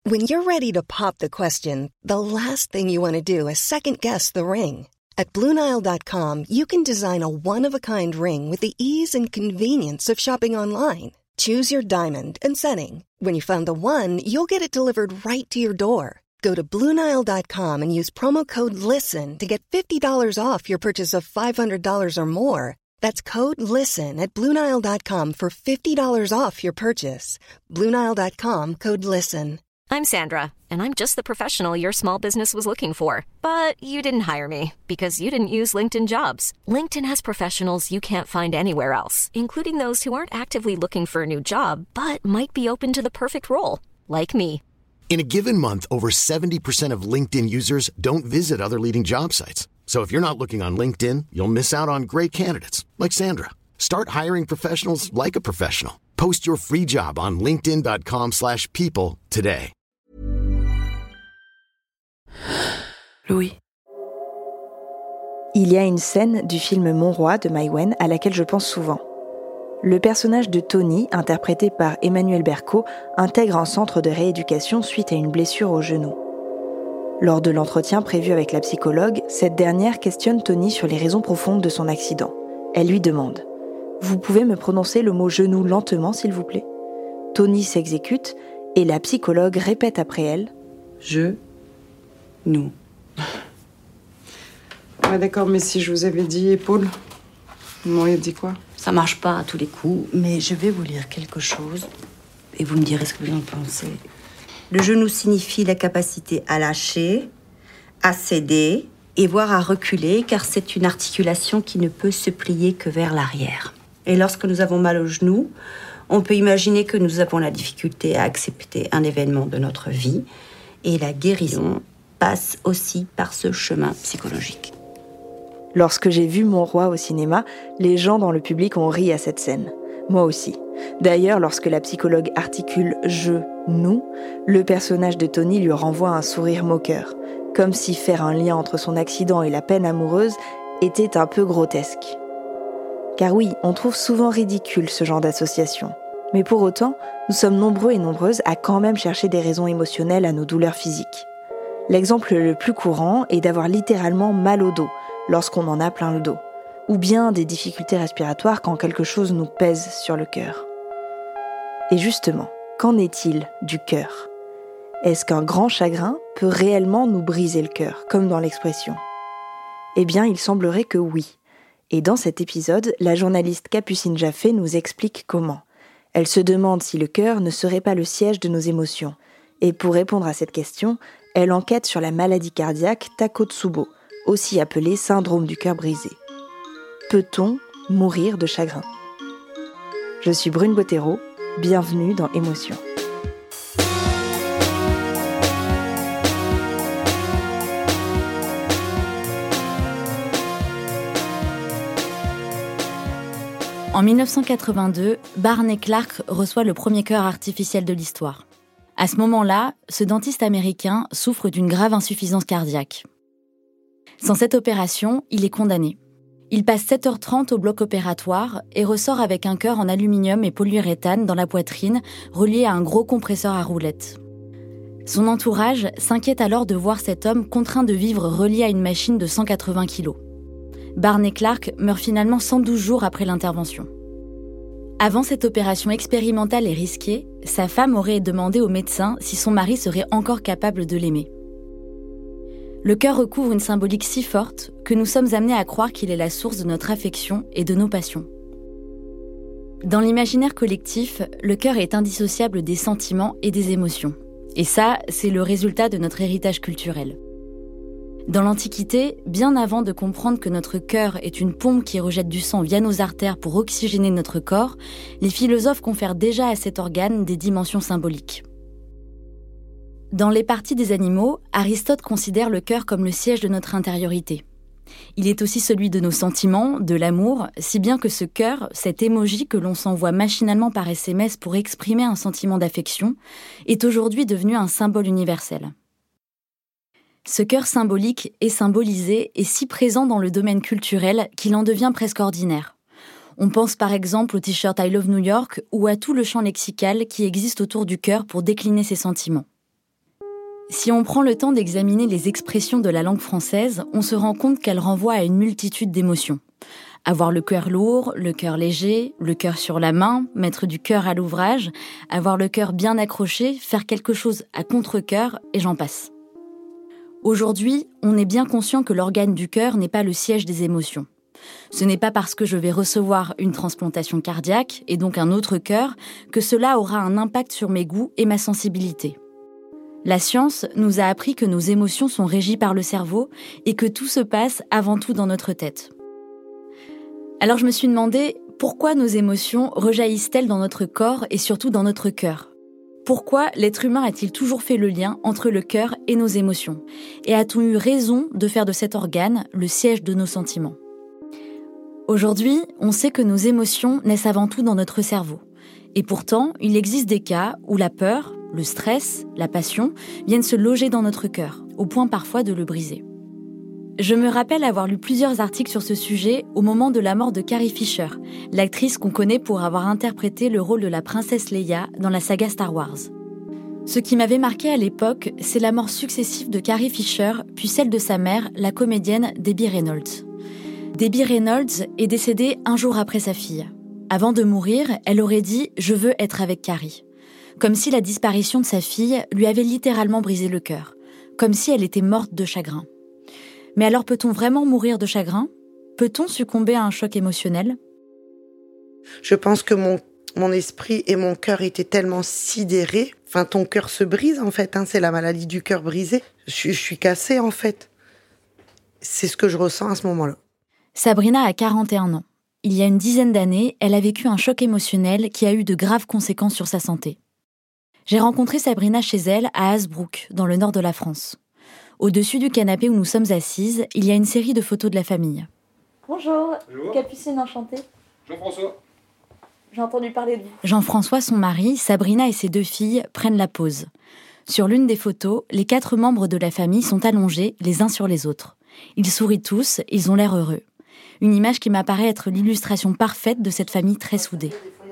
When you're ready to pop the question, the last thing you want to do is second-guess the ring. At BlueNile.com, you can design a one-of-a-kind ring with the ease and convenience of shopping online. Choose your diamond and setting. When you find the one, you'll get it delivered right to your door. Go to BlueNile.com and use promo code LISTEN to get $50 off your purchase of $500 or more. That's code LISTEN at BlueNile.com for $50 off your purchase. BlueNile.com, code LISTEN. I'm Sandra, and I'm just the professional your small business was looking for. But you didn't hire me because you didn't use LinkedIn Jobs. LinkedIn has professionals you can't find anywhere else, including those who aren't actively looking for a new job, but might be open to the perfect role, like me. In a given month, over 70% of LinkedIn users don't visit other leading job sites. So if you're not looking on LinkedIn, you'll miss out on great candidates, like Sandra. Start hiring professionals like a professional. Post your free job on linkedin.com/people today. Louis. Il y a une scène du film Mon Roi de Mai Wen à laquelle je pense souvent. Le personnage de Tony, interprété par Emmanuel Berco, intègre un centre de rééducation suite à une blessure au genou. Lors de l'entretien prévu avec la psychologue, cette dernière questionne Tony sur les raisons profondes de son accident. Elle lui demande « Vous pouvez me prononcer le mot genou lentement, s'il vous plaît ?» Tony s'exécute et la psychologue répète après elle « Nous. » Ouais, d'accord, mais si je vous avais dit épaule, vous m'auriez dit quoi ? Ça marche pas à tous les coups, mais je vais vous lire quelque chose et vous me direz ce que vous en pensez. Le genou signifie la capacité à lâcher, à céder et voire à reculer, car c'est une articulation qui ne peut se plier que vers l'arrière. Et lorsque nous avons mal au genou, on peut imaginer que nous avons la difficulté à accepter un événement de notre vie, et la guérison passe aussi par ce chemin psychologique. Lorsque j'ai vu Mon Roi au cinéma, les gens dans le public ont ri à cette scène. Moi aussi. D'ailleurs, lorsque la psychologue articule « je »,« nous », le personnage de Tony lui renvoie un sourire moqueur, comme si faire un lien entre son accident et la peine amoureuse était un peu grotesque. Car oui, on trouve souvent ridicule ce genre d'association. Mais pour autant, nous sommes nombreux et nombreuses à quand même chercher des raisons émotionnelles à nos douleurs physiques. L'exemple le plus courant est d'avoir littéralement mal au dos lorsqu'on en a plein le dos, ou bien des difficultés respiratoires quand quelque chose nous pèse sur le cœur. Et justement, qu'en est-il du cœur ? Est-ce qu'un grand chagrin peut réellement nous briser le cœur, comme dans l'expression ? Eh bien, il semblerait que oui. Et dans cet épisode, la journaliste Capucine Jaffé nous explique comment. Elle se demande si le cœur ne serait pas le siège de nos émotions. Et pour répondre à cette question, elle enquête sur la maladie cardiaque Takotsubo, aussi appelée syndrome du cœur brisé. Peut-on mourir de chagrin ? Je suis Brune Bottero, bienvenue dans Émotion. En 1982, Barney Clark reçoit le premier cœur artificiel de l'histoire. À ce moment-là, ce dentiste américain souffre d'une grave insuffisance cardiaque. Sans cette opération, il est condamné. Il passe 7h30 au bloc opératoire et ressort avec un cœur en aluminium et polyuréthane dans la poitrine, relié à un gros compresseur à roulettes. Son entourage s'inquiète alors de voir cet homme contraint de vivre relié à une machine de 180 kg. Barney Clark meurt finalement 112 jours après l'intervention. Avant cette opération expérimentale et risquée, sa femme aurait demandé au médecin si son mari serait encore capable de l'aimer. Le cœur recouvre une symbolique si forte que nous sommes amenés à croire qu'il est la source de notre affection et de nos passions. Dans l'imaginaire collectif, le cœur est indissociable des sentiments et des émotions. Et ça, c'est le résultat de notre héritage culturel. Dans l'Antiquité, bien avant de comprendre que notre cœur est une pompe qui rejette du sang via nos artères pour oxygéner notre corps, les philosophes confèrent déjà à cet organe des dimensions symboliques. Dans Les Parties des animaux, Aristote considère le cœur comme le siège de notre intériorité. Il est aussi celui de nos sentiments, de l'amour, si bien que ce cœur, cet emoji que l'on s'envoie machinalement par SMS pour exprimer un sentiment d'affection, est aujourd'hui devenu un symbole universel. Ce cœur symbolique et symbolisé est si présent dans le domaine culturel qu'il en devient presque ordinaire. On pense par exemple au t-shirt I Love New York ou à tout le champ lexical qui existe autour du cœur pour décliner ses sentiments. Si on prend le temps d'examiner les expressions de la langue française, on se rend compte qu'elle renvoie à une multitude d'émotions. Avoir le cœur lourd, le cœur léger, le cœur sur la main, mettre du cœur à l'ouvrage, avoir le cœur bien accroché, faire quelque chose à contre-cœur, et j'en passe. Aujourd'hui, on est bien conscient que l'organe du cœur n'est pas le siège des émotions. Ce n'est pas parce que je vais recevoir une transplantation cardiaque, et donc un autre cœur, que cela aura un impact sur mes goûts et ma sensibilité. La science nous a appris que nos émotions sont régies par le cerveau et que tout se passe avant tout dans notre tête. Alors je me suis demandé pourquoi nos émotions rejaillissent-elles dans notre corps et surtout dans notre cœur ? Pourquoi l'être humain a-t-il toujours fait le lien entre le cœur et nos émotions ? Et a-t-on eu raison de faire de cet organe le siège de nos sentiments ? Aujourd'hui, on sait que nos émotions naissent avant tout dans notre cerveau. Et pourtant, il existe des cas où la peur, le stress, la passion viennent se loger dans notre cœur, au point parfois de le briser. Je me rappelle avoir lu plusieurs articles sur ce sujet au moment de la mort de Carrie Fisher, l'actrice qu'on connaît pour avoir interprété le rôle de la princesse Leia dans la saga Star Wars. Ce qui m'avait marqué à l'époque, c'est la mort successive de Carrie Fisher, puis celle de sa mère, la comédienne Debbie Reynolds. Debbie Reynolds est décédée un jour après sa fille. Avant de mourir, elle aurait dit « Je veux être avec Carrie ». Comme si la disparition de sa fille lui avait littéralement brisé le cœur, comme si elle était morte de chagrin. Mais alors peut-on vraiment mourir de chagrin ? Peut-on succomber à un choc émotionnel ? Je pense que mon esprit et mon cœur étaient tellement sidérés. Enfin, ton cœur se brise, en fait. C'est la maladie du cœur brisé. Je suis cassée, en fait. C'est ce que je ressens à ce moment-là. Sabrina a 41 ans. Il y a une dizaine d'années, elle a vécu un choc émotionnel qui a eu de graves conséquences sur sa santé. J'ai rencontré Sabrina chez elle, à Hazebrouck, dans le nord de la France. Au-dessus du canapé où nous sommes assises, il y a une série de photos de la famille. Bonjour. Capucine, enchantée. Jean-François. J'ai entendu parler de vous. Jean-François, son mari, Sabrina et ses 2 filles prennent la pause. Sur l'une des photos, les 4 membres de la famille sont allongés les uns sur les autres. Ils sourient tous, ils ont l'air heureux. Une image qui m'apparaît être l'illustration parfaite de cette famille très soudée.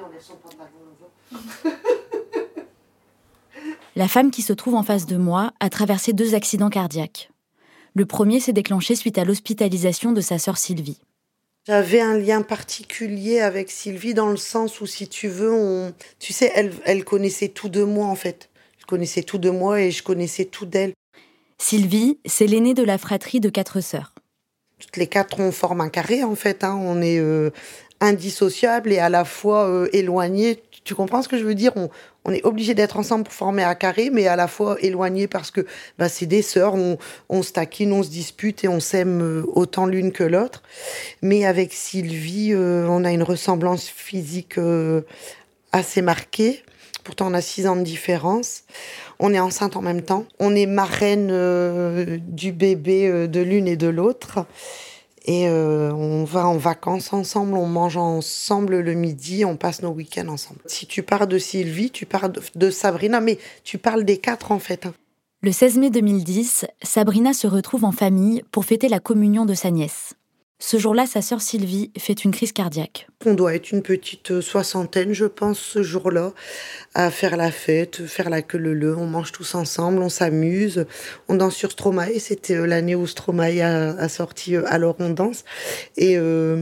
La femme qui se trouve en face de moi a traversé 2 accidents cardiaques. Le premier s'est déclenché suite à l'hospitalisation de sa sœur Sylvie. J'avais un lien particulier avec Sylvie dans le sens où, si tu veux, tu sais, elle connaissait tout de moi, en fait. Je connaissais tout de moi et je connaissais tout d'elle. Sylvie, c'est l'aînée de la fratrie de 4 sœurs. Toutes les 4, on forme un carré, en fait. On est indissociables et à la fois éloignés. Tu comprends ce que je veux dire ? On est obligés d'être ensemble pour former un carré, mais à la fois éloignés parce que c'est des sœurs, on se taquine, on se dispute et on s'aime autant l'une que l'autre. Mais avec Sylvie, on a une ressemblance physique assez marquée. Pourtant, on a 6 ans de différence. On est enceinte en même temps. On est marraine du bébé de l'une et de l'autre. Et on va en vacances ensemble, on mange ensemble le midi, on passe nos week-ends ensemble. Si tu parles de Sylvie, tu parles de Sabrina, mais tu parles des 4 en fait. Le 16 mai 2010, Sabrina se retrouve en famille pour fêter la communion de sa nièce. Ce jour-là, sa sœur Sylvie fait une crise cardiaque. On doit être une petite 60aine, je pense, ce jour-là, à faire la fête, faire la queue leu-leu. On mange tous ensemble, on s'amuse, on danse sur Stromae. C'était l'année où Stromae a sorti Alors on danse. Et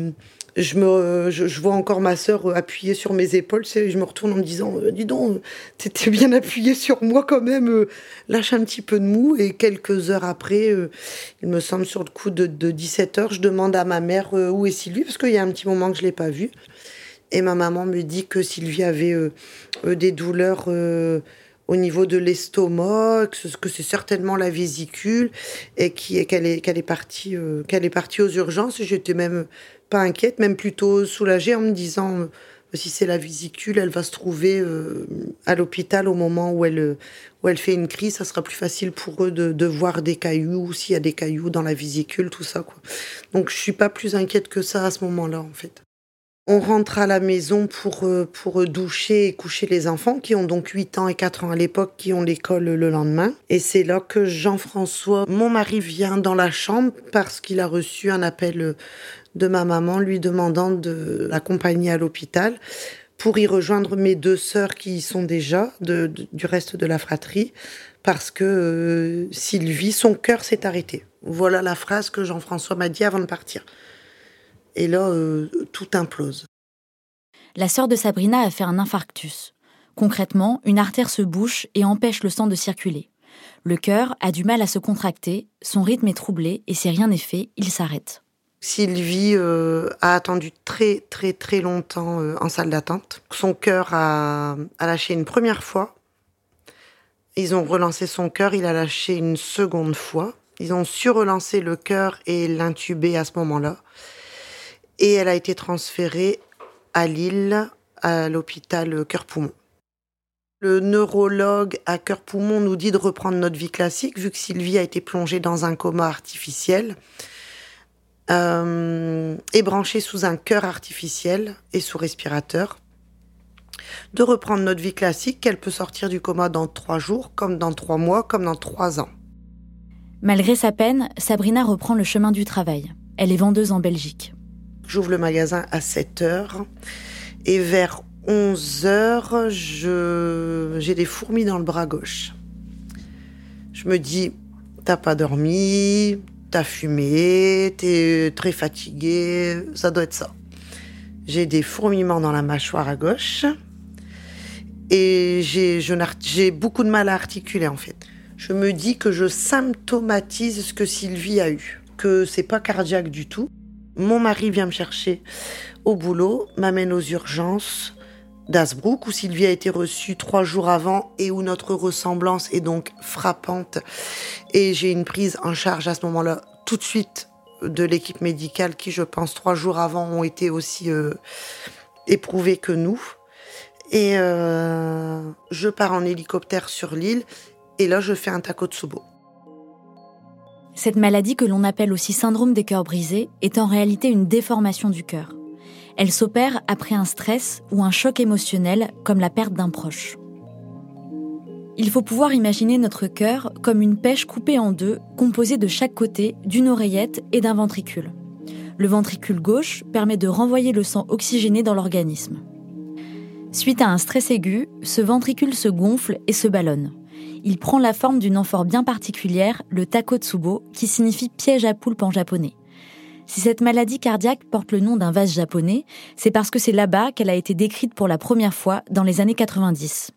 je vois encore ma sœur appuyée sur mes épaules. Je me retourne en me disant « Dis donc, t'étais bien appuyée sur moi quand même, lâche un petit peu de mou. » Et quelques heures après, il me semble sur le coup de 17h, je demande à ma mère où est Sylvie, parce qu'il y a un petit moment que je ne l'ai pas vue. Et ma maman me dit que Sylvie avait des douleurs au niveau de l'estomac, que c'est certainement la vésicule, et qu'elle est partie aux urgences. Et j'étais même pas inquiète, même plutôt soulagée en me disant si c'est la vésicule, elle va se trouver à l'hôpital au moment où elle fait une crise, ça sera plus facile pour eux de voir des cailloux, s'il y a des cailloux dans la vésicule, tout ça, quoi. Donc je suis pas plus inquiète que ça à ce moment-là, en fait. On rentre à la maison pour doucher et coucher les enfants, qui ont donc 8 ans et 4 ans à l'époque, qui ont l'école le lendemain. Et c'est là que Jean-François, mon mari, vient dans la chambre parce qu'il a reçu un appel de ma maman lui demandant de l'accompagner à l'hôpital pour y rejoindre mes 2 sœurs qui y sont déjà, du reste de la fratrie, parce que Sylvie, son cœur s'est arrêté. Voilà la phrase que Jean-François m'a dit avant de partir. Et là, tout implose. La sœur de Sabrina a fait un infarctus. Concrètement, une artère se bouche et empêche le sang de circuler. Le cœur a du mal à se contracter, son rythme est troublé et si rien n'est fait, il s'arrête. Sylvie a attendu très très très longtemps en salle d'attente. Son cœur a lâché une première fois. Ils ont relancé son cœur, il a lâché une seconde fois. Ils ont su-relancé le cœur et l'intuber à ce moment-là. Et elle a été transférée à Lille, à l'hôpital Cœur-Poumon. Le neurologue à Cœur-Poumon nous dit de reprendre notre vie classique, vu que Sylvie a été plongée dans un coma artificiel, et branchée sous un cœur artificiel et sous respirateur. De reprendre notre vie classique, qu'elle peut sortir du coma dans 3 jours, comme dans 3 mois, comme dans 3 ans. Malgré sa peine, Sabrina reprend le chemin du travail. Elle est vendeuse en Belgique. J'ouvre le magasin à 7h et vers 11h, j'ai des fourmis dans le bras gauche. Je me dis, t'as pas dormi, t'as fumé, t'es très fatigué, ça doit être ça. J'ai des fourmillements dans la mâchoire à gauche et j'ai beaucoup de mal à articuler en fait. Je me dis que je symptomatise ce que Sylvie a eu, que c'est pas cardiaque du tout. Mon mari vient me chercher au boulot, m'amène aux urgences d'Hazebrouck, où Sylvie a été reçue 3 jours avant et où notre ressemblance est donc frappante. Et j'ai une prise en charge à ce moment-là, tout de suite, de l'équipe médicale qui, je pense, 3 jours avant ont été aussi éprouvés que nous. Et je pars en hélicoptère sur l'île et là, je fais un Takotsubo. Cette maladie que l'on appelle aussi syndrome des cœurs brisés est en réalité une déformation du cœur. Elle s'opère après un stress ou un choc émotionnel comme la perte d'un proche. Il faut pouvoir imaginer notre cœur comme une pêche coupée en 2, composée de chaque côté d'une oreillette et d'un ventricule. Le ventricule gauche permet de renvoyer le sang oxygéné dans l'organisme. Suite à un stress aigu, ce ventricule se gonfle et se ballonne. Il prend la forme d'une amphore bien particulière, le Takotsubo, qui signifie piège à poulpe en japonais. Si cette maladie cardiaque porte le nom d'un vase japonais, c'est parce que c'est là-bas qu'elle a été décrite pour la première fois dans les années 90.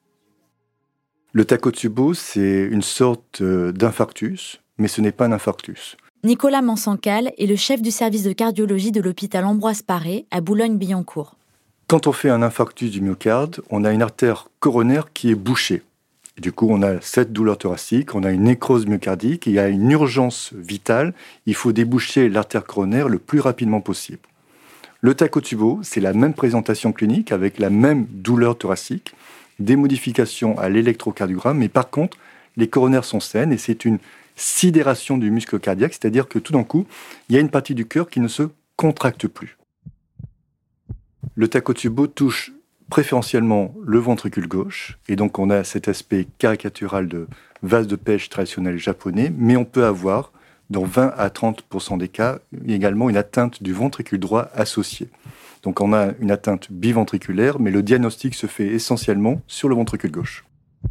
Le Takotsubo, c'est une sorte d'infarctus, mais ce n'est pas un infarctus. Nicolas Mansancal est le chef du service de cardiologie de l'hôpital Ambroise Paré à Boulogne-Billancourt. Quand on fait un infarctus du myocarde, on a une artère coronaire qui est bouchée. Et du coup, on a cette douleur thoracique, on a une nécrose myocardique, il y a une urgence vitale, il faut déboucher l'artère coronaire le plus rapidement possible. Le Takotsubo, c'est la même présentation clinique avec la même douleur thoracique, des modifications à l'électrocardiogramme, mais par contre, les coronaires sont saines et c'est une sidération du muscle cardiaque, c'est-à-dire que tout d'un coup, il y a une partie du cœur qui ne se contracte plus. Le Takotsubo touche préférentiellement le ventricule gauche, et donc on a cet aspect caricatural de vase de pêche traditionnel japonais, mais on peut avoir, dans 20 à 30% des cas, également une atteinte du ventricule droit associée. Donc on a une atteinte biventriculaire, mais le diagnostic se fait essentiellement sur le ventricule gauche.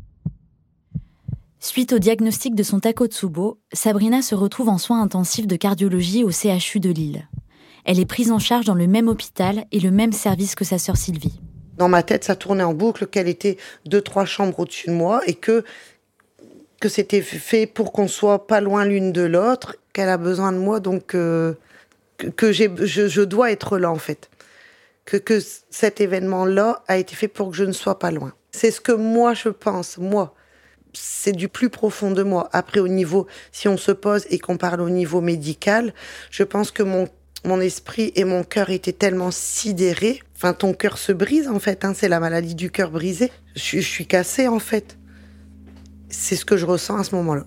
Suite au diagnostic de son Takotsubo, Sabrina se retrouve en soins intensifs de cardiologie au CHU de Lille. Elle est prise en charge dans le même hôpital et le même service que sa sœur Sylvie. Dans ma tête, ça tournait en boucle, qu'elle était 2-3 chambres au-dessus de moi et que c'était fait pour qu'on soit pas loin l'une de l'autre, qu'elle a besoin de moi, donc que je dois être là en fait. Que cet événement-là a été fait pour que je ne sois pas loin. C'est ce que moi je pense, moi. C'est du plus profond de moi. Après, au niveau, si on se pose et qu'on parle au niveau médical, je pense que mon esprit et mon cœur étaient tellement sidérés. Enfin, ton cœur se brise, en fait. C'est la maladie du cœur brisé. Je suis cassée, en fait. C'est ce que je ressens à ce moment-là.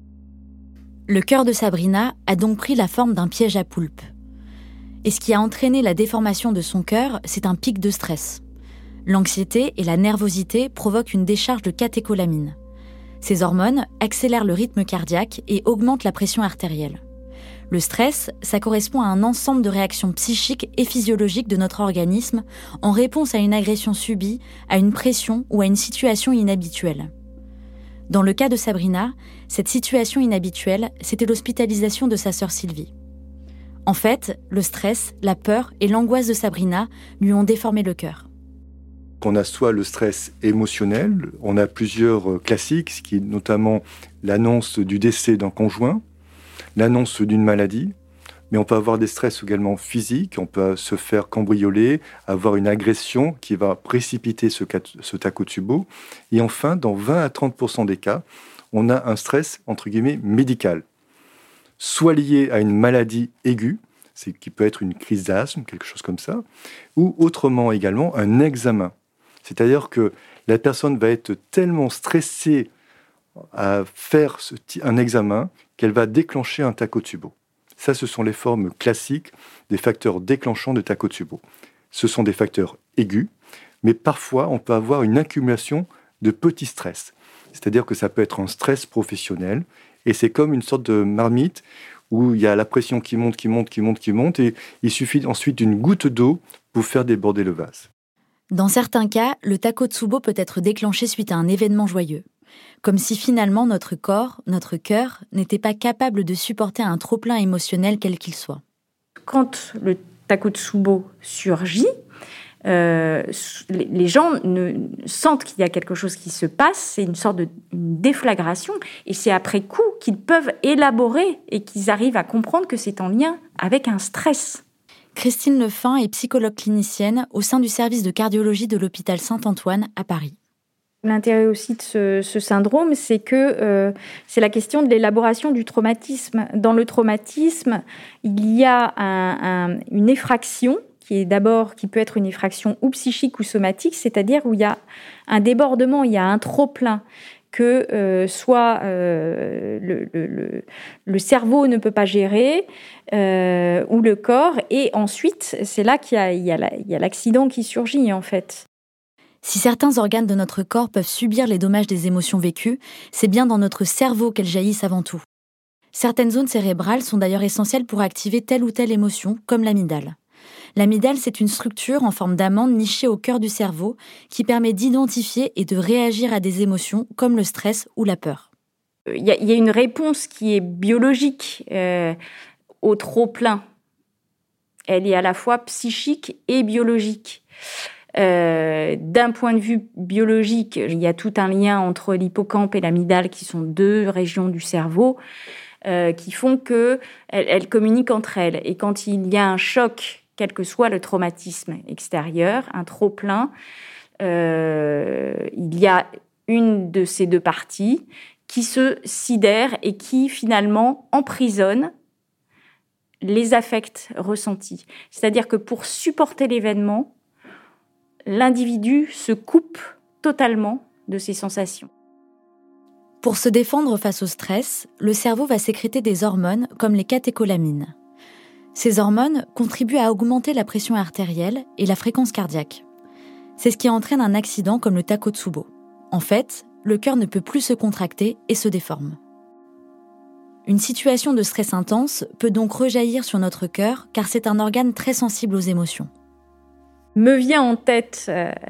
Le cœur de Sabrina a donc pris la forme d'un piège à poulpe. Et ce qui a entraîné la déformation de son cœur, c'est un pic de stress. L'anxiété et la nervosité provoquent une décharge de catécholamine. Ces hormones accélèrent le rythme cardiaque et augmentent la pression artérielle. Le stress, ça correspond à un ensemble de réactions psychiques et physiologiques de notre organisme en réponse à une agression subie, à une pression ou à une situation inhabituelle. Dans le cas de Sabrina, cette situation inhabituelle, c'était l'hospitalisation de sa sœur Sylvie. En fait, le stress, la peur et l'angoisse de Sabrina lui ont déformé le cœur. On a soit le stress émotionnel, on a plusieurs classiques, ce qui est notamment l'annonce du décès d'un conjoint, l'annonce d'une maladie, mais on peut avoir des stress également physiques, on peut se faire cambrioler, avoir une agression qui va précipiter ce Takotsubo. Et enfin, dans 20 à 30% des cas, on a un stress, entre guillemets, médical, soit lié à une maladie aiguë, qui peut être une crise d'asthme, quelque chose comme ça, ou autrement également un examen. C'est-à-dire que la personne va être tellement stressée à faire un examen qu'elle va déclencher un Takotsubo. Ça, ce sont les formes classiques des facteurs déclenchants de Takotsubo. Ce sont des facteurs aigus, mais parfois, on peut avoir une accumulation de petits stress. C'est-à-dire que ça peut être un stress professionnel, et c'est comme une sorte de marmite où il y a la pression qui monte, et il suffit ensuite d'une goutte d'eau pour faire déborder le vase. Dans certains cas, le Takotsubo peut être déclenché suite à un événement joyeux. Comme si finalement notre corps, notre cœur, n'était pas capable de supporter un trop-plein émotionnel quel qu'il soit. Quand le Takotsubo surgit, les gens sentent qu'il y a quelque chose qui se passe, c'est une sorte de déflagration, et c'est après coup qu'ils peuvent élaborer et qu'ils arrivent à comprendre que c'est en lien avec un stress. Christine Lefin est psychologue clinicienne au sein du service de cardiologie de l'hôpital Saint-Antoine à Paris. L'intérêt aussi de ce syndrome, c'est que c'est la question de l'élaboration du traumatisme. Dans le traumatisme, il y a une effraction qui peut être une effraction ou psychique ou somatique, c'est-à-dire où il y a un débordement, il y a un trop-plein que soit le cerveau ne peut pas gérer ou le corps. Et ensuite, c'est là qu'il y a l'accident qui surgit, en fait. Si certains organes de notre corps peuvent subir les dommages des émotions vécues, c'est bien dans notre cerveau qu'elles jaillissent avant tout. Certaines zones cérébrales sont d'ailleurs essentielles pour activer telle ou telle émotion, comme l'amygdale. L'amygdale, c'est une structure en forme d'amande nichée au cœur du cerveau qui permet d'identifier et de réagir à des émotions comme le stress ou la peur. Il y a une réponse qui est biologique au trop-plein. Elle est à la fois psychique et biologique. D'un point de vue biologique, il y a tout un lien entre l'hippocampe et l'amygdale qui sont deux régions du cerveau qui font qu'elles communiquent entre elles. Et quand il y a un choc, quel que soit le traumatisme extérieur, un trop-plein, il y a une de ces deux parties qui se sidère et qui finalement emprisonne les affects ressentis. C'est-à-dire que pour supporter l'événement, l'individu se coupe totalement de ses sensations. Pour se défendre face au stress, le cerveau va sécréter des hormones comme les catécholamines. Ces hormones contribuent à augmenter la pression artérielle et la fréquence cardiaque. C'est ce qui entraîne un accident comme le Takotsubo. En fait, le cœur ne peut plus se contracter et se déforme. Une situation de stress intense peut donc rejaillir sur notre cœur car c'est un organe très sensible aux émotions. Me vient en tête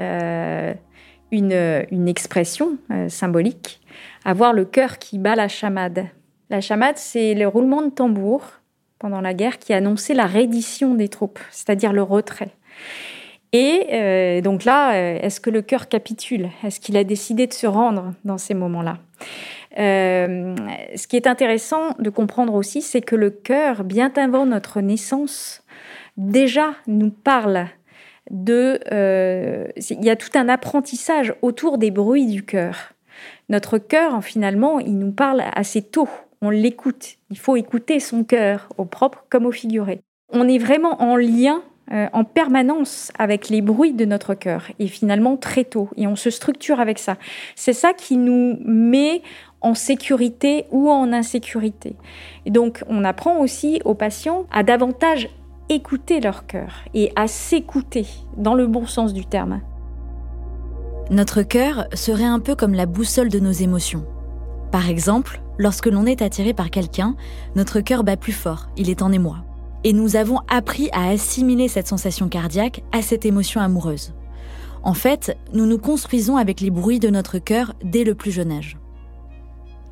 une expression symbolique, avoir le cœur qui bat la chamade. La chamade, c'est le roulement de tambour pendant la guerre qui annonçait la reddition des troupes, c'est-à-dire le retrait. Et donc là, est-ce que le cœur capitule ? Est-ce qu'il a décidé de se rendre dans ces moments-là ? Ce qui est intéressant de comprendre aussi, c'est que le cœur, bien avant notre naissance, déjà nous parle il y a tout un apprentissage autour des bruits du cœur. Notre cœur, finalement, il nous parle assez tôt. On l'écoute. Il faut écouter son cœur, au propre comme au figuré. On est vraiment en lien en permanence avec les bruits de notre cœur, et finalement très tôt. Et on se structure avec ça. C'est ça qui nous met en sécurité ou en insécurité. Et donc, on apprend aussi aux patients à davantage écouter leur cœur et à s'écouter dans le bon sens du terme. Notre cœur serait un peu comme la boussole de nos émotions. Par exemple, lorsque l'on est attiré par quelqu'un, notre cœur bat plus fort, il est en émoi. Et nous avons appris à assimiler cette sensation cardiaque à cette émotion amoureuse. En fait, nous nous construisons avec les bruits de notre cœur dès le plus jeune âge.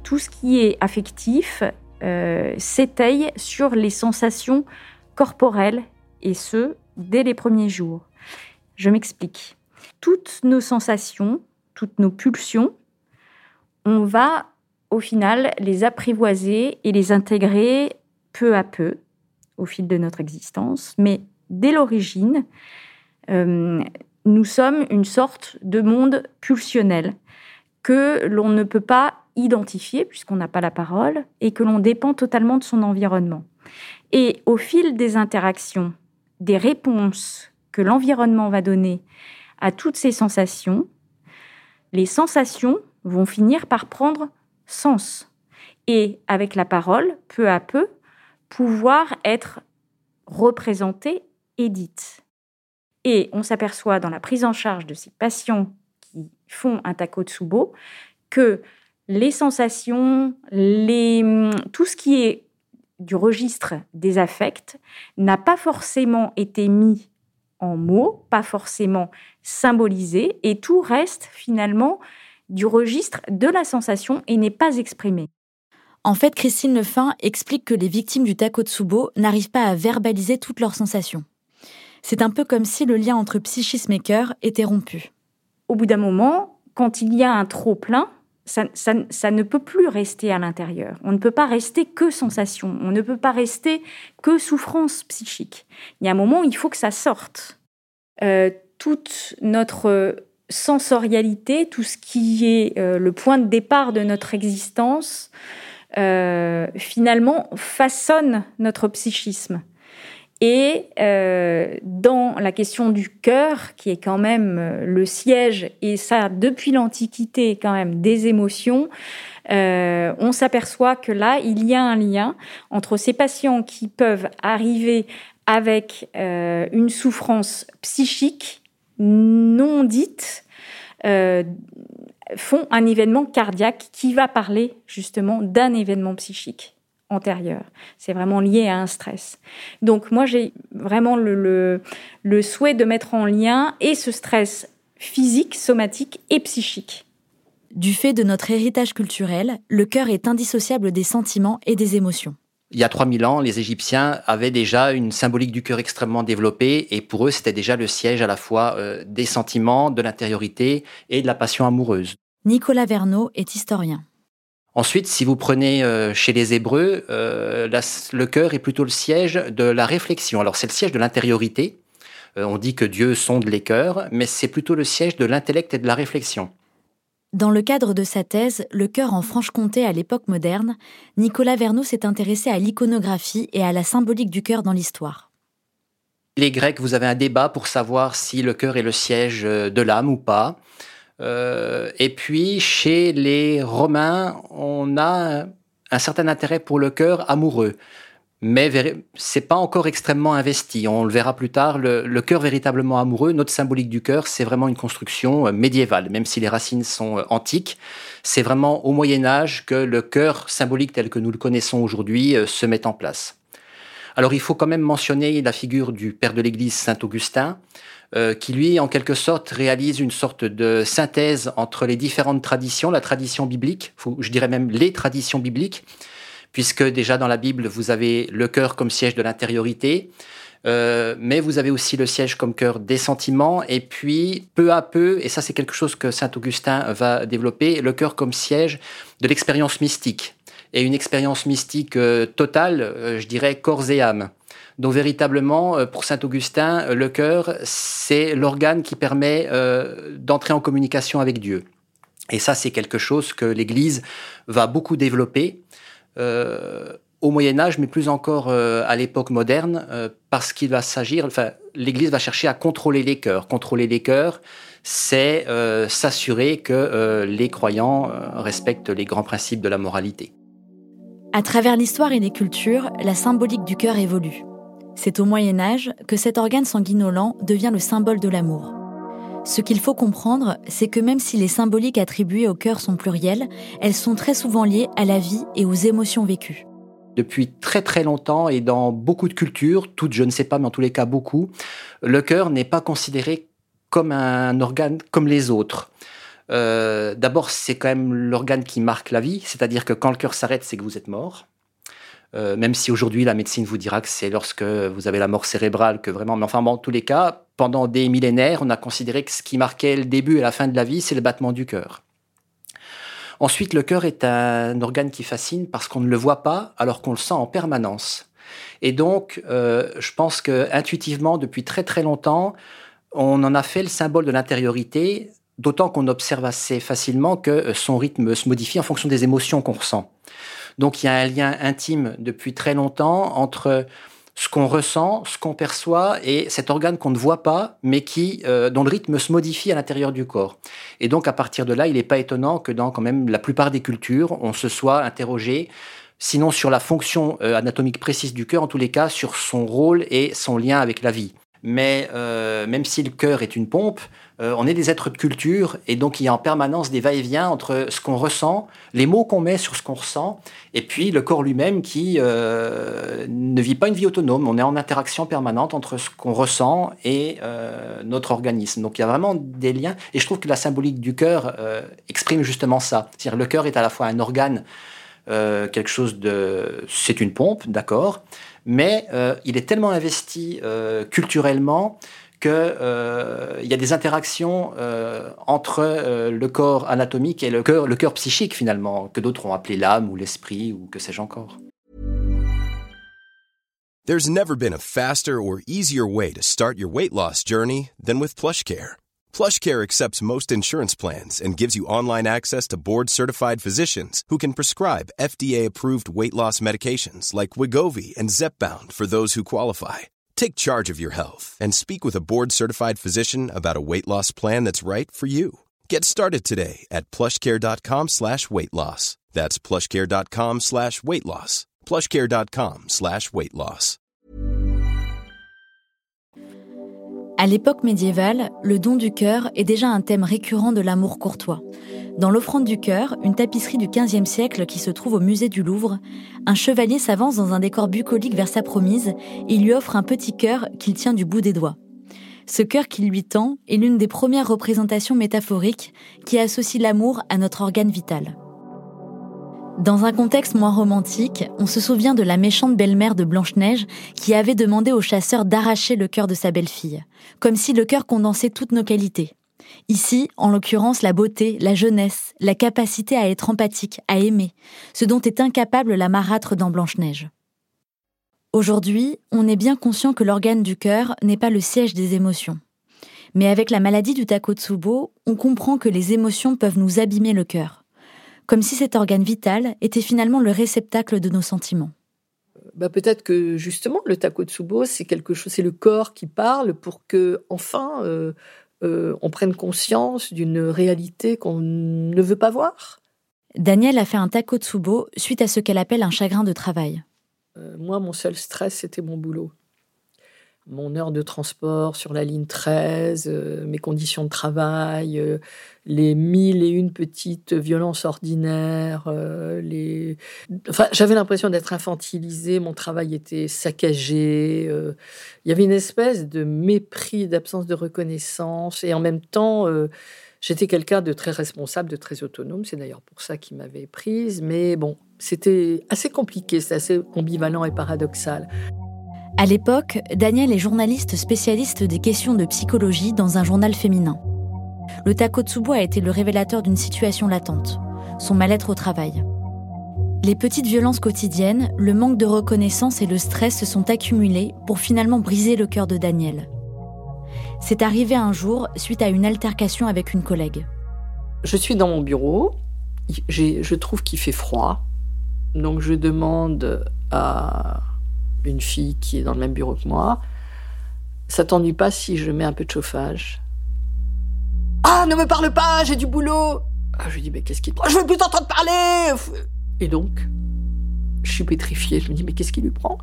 tout ce qui est affectif s'étaye sur les sensations corporelles, et ce, dès les premiers jours. Je m'explique. Toutes nos sensations, toutes nos pulsions, on va au final les apprivoiser et les intégrer peu à peu au fil de notre existence. Mais dès l'origine, nous sommes une sorte de monde pulsionnel que l'on ne peut pas identifier puisqu'on n'a pas la parole et que l'on dépend totalement de son environnement. Et au fil des interactions, des réponses que l'environnement va donner à toutes ces sensations, les sensations vont finir par prendre sens. Et avec la parole, peu à peu, pouvoir être représentées et dites. Et on s'aperçoit dans la prise en charge de ces patients qui font un Takotsubo que les sensations, tout ce qui est du registre des affects n'a pas forcément été mis en mots, pas forcément symbolisé, et tout reste finalement du registre de la sensation et n'est pas exprimé. En fait, Christine Lefin explique que les victimes du Takotsubo n'arrivent pas à verbaliser toutes leurs sensations. C'est un peu comme si le lien entre psychisme et cœur était rompu. Au bout d'un moment, quand il y a un trop-plein, ça ne peut plus rester à l'intérieur. On ne peut pas rester que sensation, on ne peut pas rester que souffrance psychique. Il y a un moment où il faut que ça sorte. Toute notre sensorialité, tout ce qui est le point de départ de notre existence, finalement façonne notre psychisme. Et dans la question du cœur, qui est quand même le siège, et ça depuis l'Antiquité quand même, des émotions, on s'aperçoit que là, il y a un lien entre ces patients qui peuvent arriver avec une souffrance psychique non dite, font un événement cardiaque qui va parler justement d'un événement psychique antérieur. C'est vraiment lié à un stress. Donc moi, j'ai vraiment le souhait de mettre en lien et ce stress physique, somatique et psychique. Du fait de notre héritage culturel, le cœur est indissociable des sentiments et des émotions. Il y a 3000 ans, les Égyptiens avaient déjà une symbolique du cœur extrêmement développée et pour eux, c'était déjà le siège à la fois des sentiments, de l'intériorité et de la passion amoureuse. Nicolas Verneau est historien. Ensuite, si vous prenez chez les Hébreux, le cœur est plutôt le siège de la réflexion. Alors, c'est le siège de l'intériorité. On dit que Dieu sonde les cœurs, mais c'est plutôt le siège de l'intellect et de la réflexion. Dans le cadre de sa thèse « Le cœur en Franche-Comté à l'époque moderne », Nicolas Verneau s'est intéressé à l'iconographie et à la symbolique du cœur dans l'histoire. Les Grecs, vous avez un débat pour savoir si le cœur est le siège de l'âme ou pas. Et puis, chez les Romains, on a un certain intérêt pour le cœur amoureux. Mais c'est pas encore extrêmement investi. On le verra plus tard. Le cœur véritablement amoureux, notre symbolique du cœur, c'est vraiment une construction médiévale. Même si les racines sont antiques, c'est vraiment au Moyen-Âge que le cœur symbolique tel que nous le connaissons aujourd'hui se met en place. Alors, il faut quand même mentionner la figure du père de l'Église, saint Augustin, qui lui, en quelque sorte, réalise une sorte de synthèse entre les différentes traditions, la tradition biblique, je dirais même les traditions bibliques, puisque déjà dans la Bible, vous avez le cœur comme siège de l'intériorité, mais vous avez aussi le siège comme cœur des sentiments, et puis peu à peu, et ça c'est quelque chose que saint Augustin va développer, le cœur comme siège de l'expérience mystique, et une expérience mystique totale, je dirais corps et âme. Donc véritablement, pour saint Augustin, le cœur, c'est l'organe qui permet d'entrer en communication avec Dieu. Et ça, c'est quelque chose que l'Église va beaucoup développer au Moyen-Âge, mais plus encore à l'époque moderne, parce qu'il va s'agir, l'Église va chercher à contrôler les cœurs. Contrôler les cœurs, c'est s'assurer que les croyants respectent les grands principes de la moralité. À travers l'histoire et les cultures, la symbolique du cœur évolue. C'est au Moyen-Âge que cet organe sanguinolent devient le symbole de l'amour. Ce qu'il faut comprendre, c'est que même si les symboliques attribuées au cœur sont plurielles, elles sont très souvent liées à la vie et aux émotions vécues. Depuis très très longtemps et dans beaucoup de cultures, toutes je ne sais pas, mais en tous les cas beaucoup, le cœur n'est pas considéré comme un organe comme les autres. D'abord, c'est quand même l'organe qui marque la vie, c'est-à-dire que quand le cœur s'arrête, c'est que vous êtes mort. Même si aujourd'hui, la médecine vous dira que c'est lorsque vous avez la mort cérébrale que vraiment... Mais enfin, bon, en tous les cas, pendant des millénaires, on a considéré que ce qui marquait le début et la fin de la vie, c'est le battement du cœur. Ensuite, le cœur est un organe qui fascine parce qu'on ne le voit pas alors qu'on le sent en permanence. Et donc, je pense qu'intuitivement, depuis très très longtemps, on en a fait le symbole de l'intériorité, d'autant qu'on observe assez facilement que son rythme se modifie en fonction des émotions qu'on ressent. Donc il y a un lien intime depuis très longtemps entre ce qu'on ressent, ce qu'on perçoit et cet organe qu'on ne voit pas, mais dont le rythme se modifie à l'intérieur du corps. Et donc à partir de là, il n'est pas étonnant que dans quand même la plupart des cultures, on se soit interrogé, sinon sur la fonction anatomique précise du cœur, en tous les cas sur son rôle et son lien avec la vie. Mais même si le cœur est une pompe, on est des êtres de culture et donc il y a en permanence des va-et-vient entre ce qu'on ressent, les mots qu'on met sur ce qu'on ressent et puis le corps lui-même qui ne vit pas une vie autonome. On est en interaction permanente entre ce qu'on ressent et notre organisme. Donc il y a vraiment des liens et je trouve que la symbolique du cœur exprime justement ça. C'est-à-dire le cœur est à la fois un organe, quelque chose de... C'est une pompe, d'accord, mais il est tellement investi culturellement qu'il y a des interactions entre le corps anatomique et le cœur psychique finalement, que d'autres ont appelé l'âme ou l'esprit ou que sais-je encore. There's never been a faster or easier way to start your weight loss journey than with PlushCare. PlushCare accepts most insurance plans and gives you online access to board-certified physicians who can prescribe FDA-approved weight loss medications like Wegovy and Zepbound for those who qualify. Take charge of your health and speak with a board-certified physician about a weight loss plan that's right for you. Get started today at plushcare.com/weight loss. That's plushcare.com/weight loss. plushcare.com/weight loss. À l'époque médiévale, le don du cœur est déjà un thème récurrent de l'amour courtois. Dans l'offrande du cœur, une tapisserie du XVe siècle qui se trouve au musée du Louvre, un chevalier s'avance dans un décor bucolique vers sa promise et lui offre un petit cœur qu'il tient du bout des doigts. Ce cœur qu'il lui tend est l'une des premières représentations métaphoriques qui associe l'amour à notre organe vital. Dans un contexte moins romantique, on se souvient de la méchante belle-mère de Blanche-Neige qui avait demandé au chasseur d'arracher le cœur de sa belle-fille, comme si le cœur condensait toutes nos qualités. Ici, en l'occurrence, la beauté, la jeunesse, la capacité à être empathique, à aimer, ce dont est incapable la marâtre dans Blanche-Neige. Aujourd'hui, on est bien conscient que l'organe du cœur n'est pas le siège des émotions. Mais avec la maladie du Takotsubo, on comprend que les émotions peuvent nous abîmer le cœur. Comme si cet organe vital était finalement le réceptacle de nos sentiments. Peut-être que justement le Takotsubo, c'est quelque chose, c'est le corps qui parle pour que enfin on prenne conscience d'une réalité qu'on ne veut pas voir. Danielle a fait un Takotsubo suite à ce qu'elle appelle un chagrin de travail. Moi, mon seul stress, c'était mon boulot. Mon heure de transport sur la ligne 13, mes conditions de travail, les 1001 petites violences ordinaires. J'avais l'impression d'être infantilisée, mon travail était saccagé. Il y avait une espèce de mépris, d'absence de reconnaissance. Et en même temps, j'étais quelqu'un de très responsable, de très autonome. C'est d'ailleurs pour ça qu'il m'avait prise. Mais bon, c'était assez compliqué, c'est assez ambivalent et paradoxal. À l'époque, Danielle est journaliste spécialiste des questions de psychologie dans un journal féminin. Le Takotsubo a été le révélateur d'une situation latente, son mal-être au travail. Les petites violences quotidiennes, le manque de reconnaissance et le stress se sont accumulés pour finalement briser le cœur de Danielle. C'est arrivé un jour suite à une altercation avec une collègue. Je suis dans mon bureau, je trouve qu'il fait froid, donc je demande à une fille qui est dans le même bureau que moi, ça t'ennuie pas si je mets un peu de chauffage? Ah, ne me parle pas, j'ai du boulot. Je lui dis, mais qu'est-ce qu'il prend? Je veux plus t'entendre parler. Et donc, je suis pétrifiée, je me dis, mais qu'est-ce qui lui prend?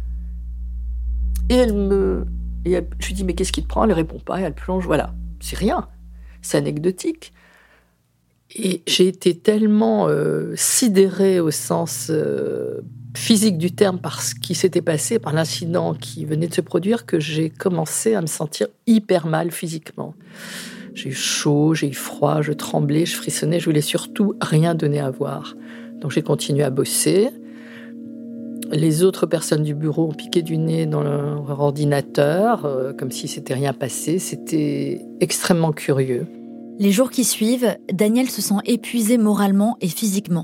Et je lui dis, mais qu'est-ce qui te prend? Elle répond pas et elle plonge, voilà. C'est rien, c'est anecdotique. Et j'ai été tellement sidérée au sens physique du terme par ce qui s'était passé, par l'incident qui venait de se produire, que j'ai commencé à me sentir hyper mal physiquement. J'ai eu chaud, j'ai eu froid, je tremblais, je frissonnais, je voulais surtout rien donner à voir. Donc j'ai continué à bosser. Les autres personnes du bureau ont piqué du nez dans leur ordinateur, comme si c'était rien passé. C'était extrêmement curieux. Les jours qui suivent, Daniel se sent épuisé moralement et physiquement.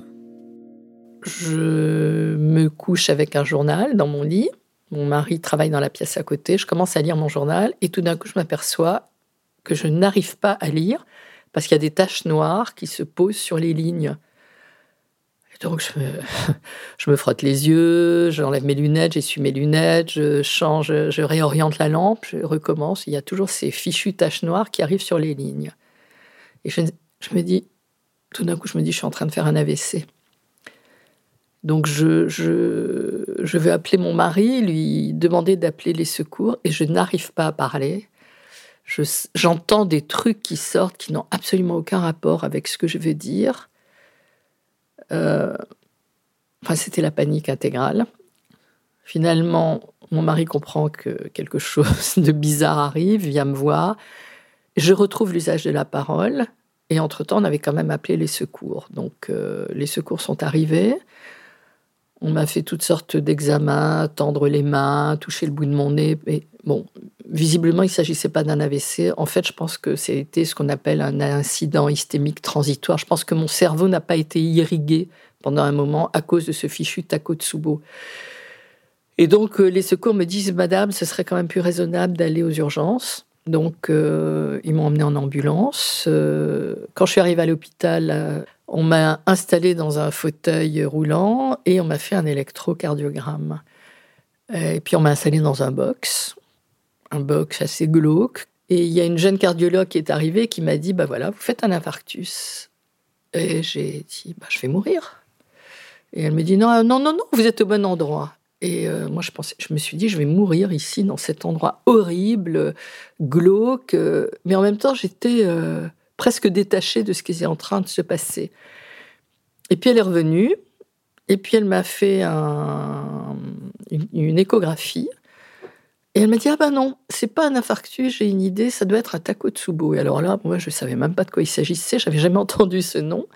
Je me couche avec un journal dans mon lit. Mon mari travaille dans la pièce à côté. Je commence à lire mon journal et tout d'un coup, je m'aperçois que je n'arrive pas à lire parce qu'il y a des taches noires qui se posent sur les lignes. Et donc, je me frotte les yeux, j'enlève mes lunettes, j'essuie mes lunettes, je réoriente la lampe, je recommence. Il y a toujours ces fichues taches noires qui arrivent sur les lignes. Et je me dis, tout d'un coup, je suis en train de faire un AVC. Donc, je vais appeler mon mari, lui demander d'appeler les secours, et je n'arrive pas à parler. J'entends des trucs qui sortent qui n'ont absolument aucun rapport avec ce que je veux dire. C'était la panique intégrale. Finalement, mon mari comprend que quelque chose de bizarre arrive, vient me voir. Je retrouve l'usage de la parole, et entre-temps, on avait quand même appelé les secours. Donc, les secours sont arrivés. On m'a fait toutes sortes d'examens, tendre les mains, toucher le bout de mon nez. Et bon, visiblement, il ne s'agissait pas d'un AVC. En fait, je pense que c'était ce qu'on appelle un incident hystémique transitoire. Je pense que mon cerveau n'a pas été irrigué pendant un moment à cause de ce fichu Takotsubo. Et donc, les secours me disent « Madame, ce serait quand même plus raisonnable d'aller aux urgences ». Donc, ils m'ont emmenée en ambulance. Quand je suis arrivée à l'hôpital, on m'a installée dans un fauteuil roulant et on m'a fait un électrocardiogramme. Et puis, on m'a installée dans un box assez glauque. Et il y a une jeune cardiologue qui est arrivée qui m'a dit « voilà, vous faites un infarctus ». Et j'ai dit « je vais mourir ». Et elle me dit « non, vous êtes au bon endroit ». Et moi, je me suis dit, je vais mourir ici, dans cet endroit horrible, glauque. Mais en même temps, j'étais presque détachée de ce qui était en train de se passer. Et puis, elle est revenue. Et puis, elle m'a fait une échographie. Et elle m'a dit, non, c'est pas un infarctus, j'ai une idée, ça doit être un Takotsubo. Et alors là, moi, je savais même pas de quoi il s'agissait. J'avais jamais entendu ce nom.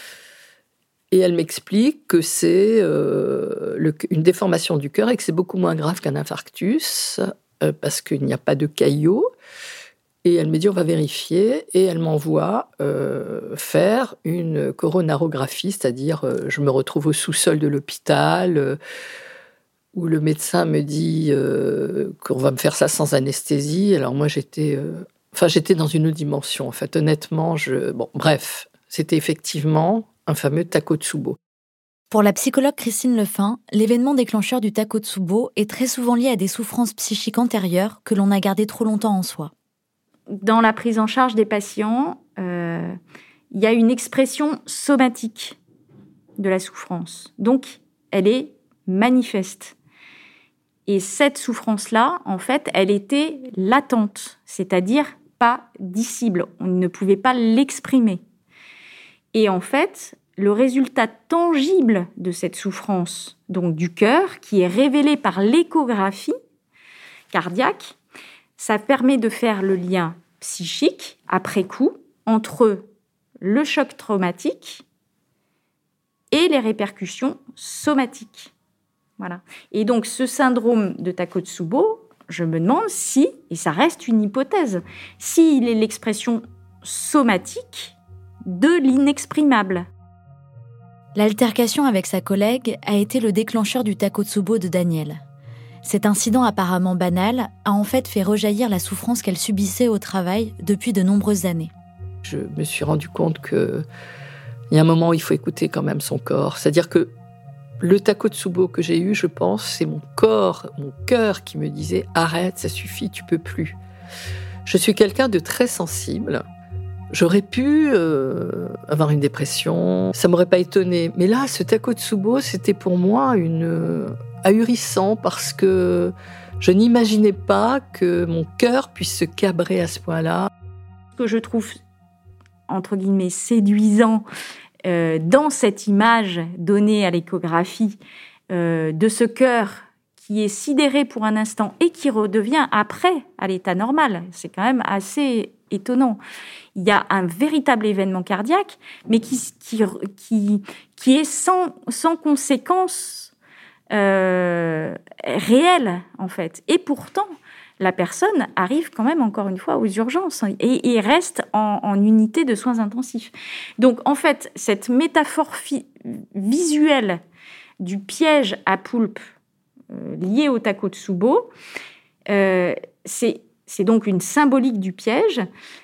Et elle m'explique que c'est une déformation du cœur et que c'est beaucoup moins grave qu'un infarctus parce qu'il n'y a pas de caillot. Et elle me dit, on va vérifier. Et elle m'envoie faire une coronarographie, c'est-à-dire je me retrouve au sous-sol de l'hôpital où le médecin me dit qu'on va me faire ça sans anesthésie. Alors moi, j'étais dans une autre dimension. En fait, honnêtement, bref, c'était effectivement un fameux Takotsubo. Pour la psychologue Christine Lefin, l'événement déclencheur du Takotsubo est très souvent lié à des souffrances psychiques antérieures que l'on a gardées trop longtemps en soi. Dans la prise en charge des patients, il y a une expression somatique de la souffrance. Donc, elle est manifeste. Et cette souffrance-là, en fait, elle était latente, c'est-à-dire pas dissible. On ne pouvait pas l'exprimer. Et en fait, le résultat tangible de cette souffrance, donc du cœur, qui est révélé par l'échographie cardiaque, ça permet de faire le lien psychique, après coup, entre le choc traumatique et les répercussions somatiques. Voilà. Et donc, ce syndrome de Takotsubo, je me demande si, et ça reste une hypothèse, s'il est l'expression somatique de l'inexprimable. L'altercation avec sa collègue a été le déclencheur du Takotsubo de Daniel. Cet incident apparemment banal a en fait fait rejaillir la souffrance qu'elle subissait au travail depuis de nombreuses années. Je me suis rendu compte qu'il y a un moment où il faut écouter quand même son corps. C'est-à-dire que le Takotsubo que j'ai eu, je pense, c'est mon corps, mon cœur qui me disait « Arrête, ça suffit, tu peux plus ». Je suis quelqu'un de très sensible. J'aurais pu avoir une dépression, ça m'aurait pas étonné. Mais là, ce Takotsubo, c'était pour moi ahurissant parce que je n'imaginais pas que mon cœur puisse se cabrer à ce point-là. Ce que je trouve, entre guillemets, séduisant dans cette image donnée à l'échographie de ce cœur qui est sidéré pour un instant et qui redevient après à l'état normal, c'est quand même assez étonnant. Il y a un véritable événement cardiaque, mais qui est sans conséquences réelles, en fait. Et pourtant, la personne arrive quand même, encore une fois, aux urgences et reste en unité de soins intensifs. Donc, en fait, cette métaphore visuelle du piège à poulpe lié au Takotsubo, c'est donc une symbolique du piège.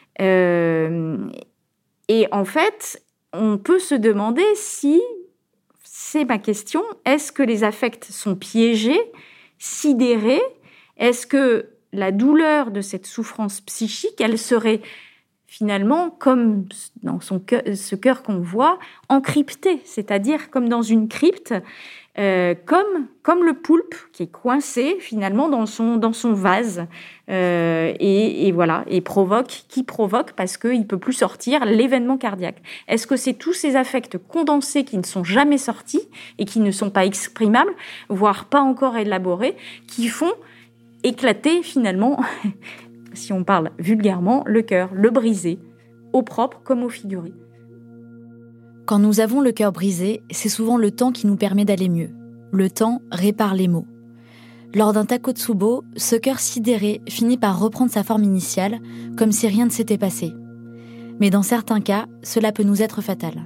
Et en fait, on peut se demander si, c'est ma question, est-ce que les affects sont piégés, sidérés? Est-ce que la douleur de cette souffrance psychique, elle serait finalement, comme dans ce cœur qu'on voit, encrypté, c'est-à-dire comme dans une crypte, comme le poulpe qui est coincé finalement dans son vase et voilà, et qui provoque parce qu'il ne peut plus sortir l'événement cardiaque. Est-ce que c'est tous ces affects condensés qui ne sont jamais sortis et qui ne sont pas exprimables, voire pas encore élaborés, qui font éclater finalement, si on parle vulgairement, le cœur, le briser, au propre comme au figuré. Quand nous avons le cœur brisé, c'est souvent le temps qui nous permet d'aller mieux. Le temps répare les maux. Lors d'un Takotsubo, ce cœur sidéré finit par reprendre sa forme initiale, comme si rien ne s'était passé. Mais dans certains cas, cela peut nous être fatal.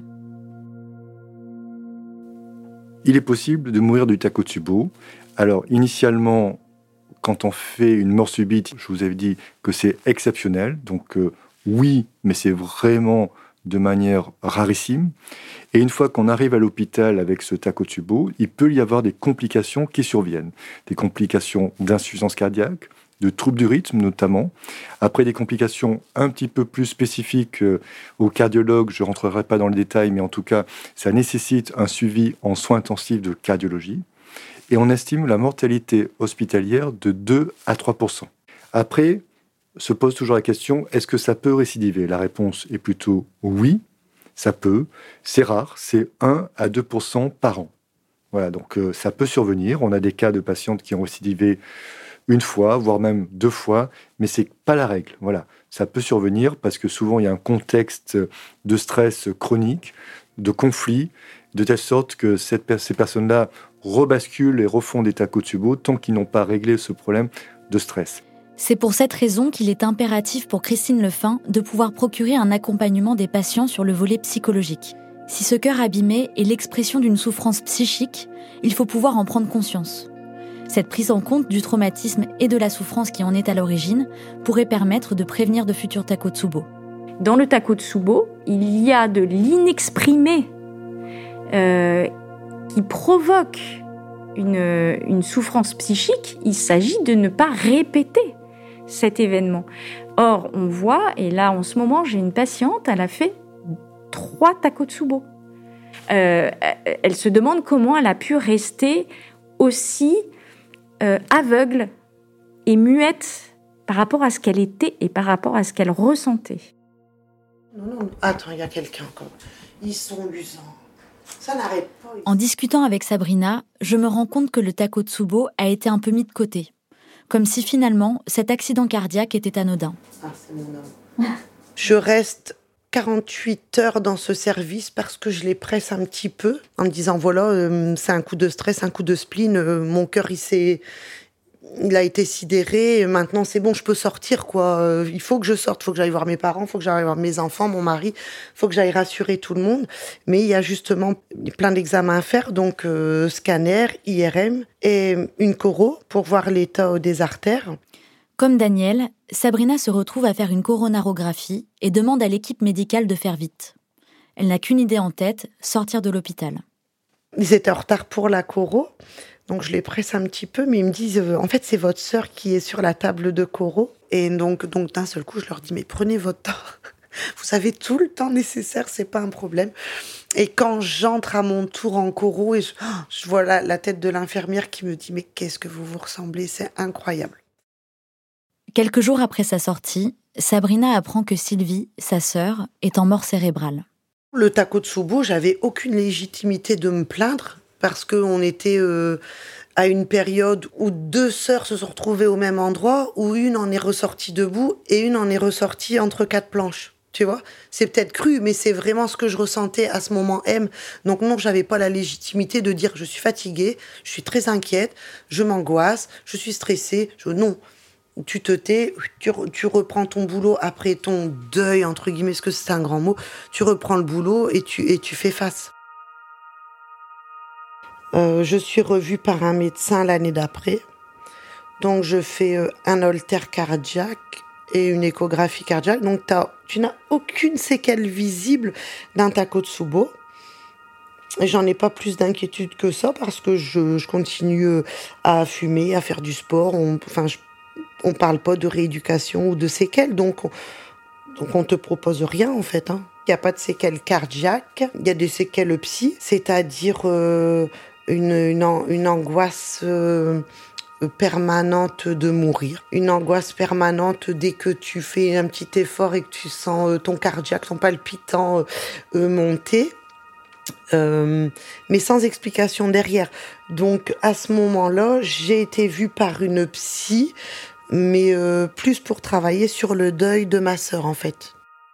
Il est possible de mourir du Takotsubo. Alors, initialement, quand on fait une mort subite, je vous avais dit que c'est exceptionnel. Donc, oui, mais c'est vraiment de manière rarissime. Et une fois qu'on arrive à l'hôpital avec ce Takotsubo, il peut y avoir des complications qui surviennent. Des complications d'insuffisance cardiaque, de troubles du rythme notamment. Après, des complications un petit peu plus spécifiques aux cardiologues, je ne rentrerai pas dans le détail, mais en tout cas, ça nécessite un suivi en soins intensifs de cardiologie. Et on estime la mortalité hospitalière de 2 à 3%. Après, se pose toujours la question, est-ce que ça peut récidiver? La réponse est plutôt oui, ça peut. C'est rare, c'est 1 à 2% par an. Voilà, donc ça peut survenir. On a des cas de patientes qui ont récidivé une fois, voire même 2 fois, mais c'est pas la règle. Voilà, ça peut survenir parce que souvent il y a un contexte de stress chronique, de conflit, de telle sorte que ces personnes-là rebasculent et refont des Takotsubo tant qu'ils n'ont pas réglé ce problème de stress. C'est pour cette raison qu'il est impératif pour Christine Lefin de pouvoir procurer un accompagnement des patients sur le volet psychologique. Si ce cœur abîmé est l'expression d'une souffrance psychique, il faut pouvoir en prendre conscience. Cette prise en compte du traumatisme et de la souffrance qui en est à l'origine pourrait permettre de prévenir de futurs Takotsubo. Dans le Takotsubo, il y a de l'inexprimé qui provoque une souffrance psychique. Il s'agit de ne pas répéter cet événement. Or, on voit, et là en ce moment, j'ai une patiente, elle a fait 3 Takotsubo. Elle se demande comment elle a pu rester aussi aveugle et muette par rapport à ce qu'elle était et par rapport à ce qu'elle ressentait. Non, attends, il y a quelqu'un encore. Ils sont usants. Ça n'arrête pas. En discutant avec Sabrina, je me rends compte que le Takotsubo a été un peu mis de côté. Comme si finalement, cet accident cardiaque était anodin. Ah, c'est mon homme. Je reste 48 heures dans ce service parce que je les presse un petit peu en me disant voilà, c'est un coup de stress, un coup de spleen, mon cœur il a été sidéré, maintenant c'est bon, je peux sortir quoi. Il faut que je sorte, il faut que j'aille voir mes parents, il faut que j'aille voir mes enfants, mon mari, il faut que j'aille rassurer tout le monde. Mais il y a justement plein d'examens à faire, donc scanner, IRM et une choro pour voir l'état des artères. Comme Daniel, Sabrina se retrouve à faire une coronarographie et demande à l'équipe médicale de faire vite. Elle n'a qu'une idée en tête, sortir de l'hôpital. Ils étaient en retard pour la choro, donc je les presse un petit peu, mais ils me disent en fait c'est votre sœur qui est sur la table de choro. Et donc d'un seul coup je leur dis mais prenez votre temps, vous avez tout le temps nécessaire, c'est pas un problème. Et quand j'entre à mon tour en choro et je vois la tête de l'infirmière qui me dit mais qu'est-ce que vous ressemblez, c'est incroyable. Quelques jours après sa sortie, Sabrina apprend que Sylvie, sa sœur, est en mort cérébrale. Le Takotsubo, j'avais aucune légitimité de me plaindre parce qu'on était à une période où 2 sœurs se sont retrouvées au même endroit, où une en est ressortie debout et une en est ressortie entre 4 planches. Tu vois, c'est peut-être cru, mais c'est vraiment ce que je ressentais à ce moment M. Donc non, j'avais pas la légitimité de dire je suis fatiguée, je suis très inquiète, je m'angoisse, je suis stressée. Non, tu te tais, tu reprends ton boulot après ton deuil, entre guillemets, parce que c'est un grand mot. Tu reprends le boulot et tu fais face. Je suis revue par un médecin l'année d'après. Donc je fais un holter cardiaque et une échographie cardiaque. Donc tu n'as aucune séquelle visible d'un Takotsubo. Et j'en ai pas plus d'inquiétude que ça parce que je continue à fumer, à faire du sport. On parle pas de rééducation ou de séquelles, donc on te propose rien en fait. Il n'y a pas de séquelles cardiaques, il y a des séquelles psy, c'est-à-dire une angoisse permanente de mourir, une angoisse permanente dès que tu fais un petit effort et que tu sens ton cardiaque, ton palpitant monter, mais sans explication derrière. Donc à ce moment-là, j'ai été vue par une psy, mais plus pour travailler sur le deuil de ma sœur en fait.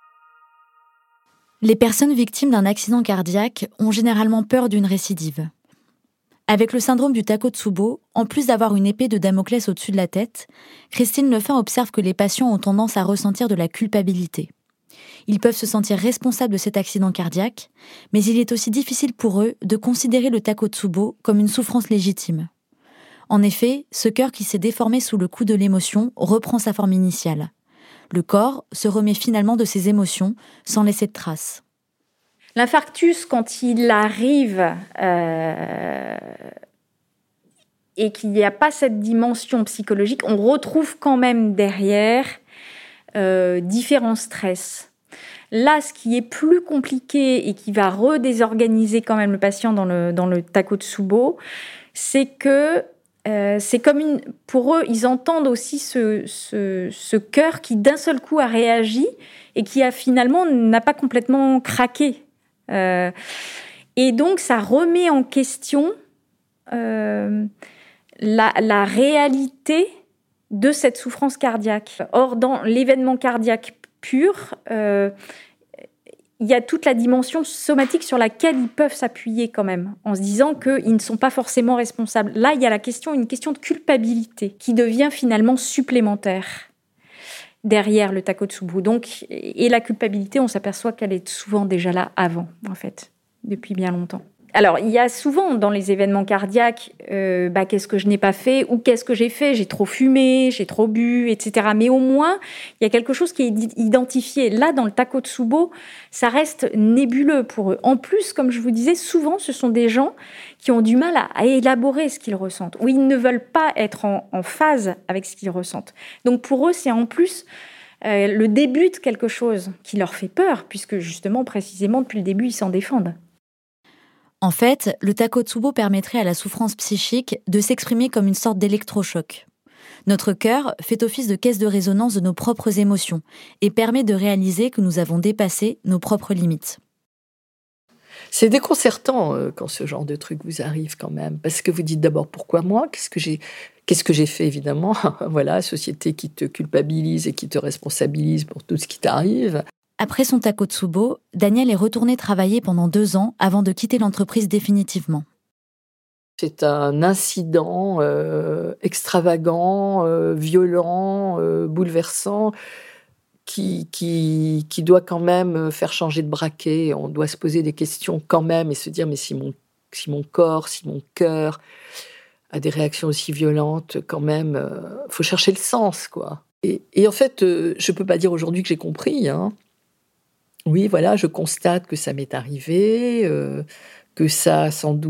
Les personnes victimes d'un accident cardiaque ont généralement peur d'une récidive. Avec le syndrome du Takotsubo, en plus d'avoir une épée de Damoclès au-dessus de la tête, Christine Lefin observe que les patients ont tendance à ressentir de la culpabilité. Ils peuvent se sentir responsables de cet accident cardiaque, mais il est aussi difficile pour eux de considérer le Takotsubo comme une souffrance légitime. En effet, ce cœur qui s'est déformé sous le coup de l'émotion reprend sa forme initiale. Le corps se remet finalement de ses émotions sans laisser de traces. L'infarctus, quand il arrive et qu'il n'y a pas cette dimension psychologique, on retrouve quand même derrière différents stress. Là, ce qui est plus compliqué et qui va redésorganiser quand même le patient dans le Takotsubo, c'est que c'est comme pour eux, ils entendent aussi ce cœur qui d'un seul coup a réagi et qui finalement n'a pas complètement craqué. Et donc, ça remet en question la réalité de cette souffrance cardiaque. Or, dans l'événement cardiaque pur, il y a toute la dimension somatique sur laquelle ils peuvent s'appuyer quand même, en se disant qu'ils ne sont pas forcément responsables. Là, il y a une question de culpabilité qui devient finalement supplémentaire derrière le Takotsubo. Donc, et la culpabilité, on s'aperçoit qu'elle est souvent déjà là avant, en fait, depuis bien longtemps. Alors, il y a souvent dans les événements cardiaques, qu'est-ce que je n'ai pas fait ou qu'est-ce que j'ai fait ? J'ai trop fumé, j'ai trop bu, etc. Mais au moins, il y a quelque chose qui est identifié. Là, dans le Takotsubo, ça reste nébuleux pour eux. En plus, comme je vous disais, souvent, ce sont des gens qui ont du mal à élaborer ce qu'ils ressentent, ou ils ne veulent pas être en phase avec ce qu'ils ressentent. Donc, pour eux, c'est en plus le début de quelque chose qui leur fait peur, puisque justement, précisément, depuis le début, ils s'en défendent. En fait, le Takotsubo permettrait à la souffrance psychique de s'exprimer comme une sorte d'électrochoc. Notre cœur fait office de caisse de résonance de nos propres émotions et permet de réaliser que nous avons dépassé nos propres limites. C'est déconcertant quand ce genre de truc vous arrive quand même, parce que vous dites d'abord pourquoi moi, qu'est-ce que j'ai fait évidemment, voilà, société qui te culpabilise et qui te responsabilise pour tout ce qui t'arrive. Après son Takotsubo, Daniel est retourné travailler pendant 2 ans avant de quitter l'entreprise définitivement. C'est un incident extravagant, violent, bouleversant, qui doit quand même faire changer de braquet. On doit se poser des questions quand même et se dire mais si mon corps, si mon cœur a des réactions aussi violentes, quand même, faut chercher le sens, quoi. Et en fait, je peux pas dire aujourd'hui que j'ai compris, hein. Oui, voilà, je constate que ça m'est arrivé, que ça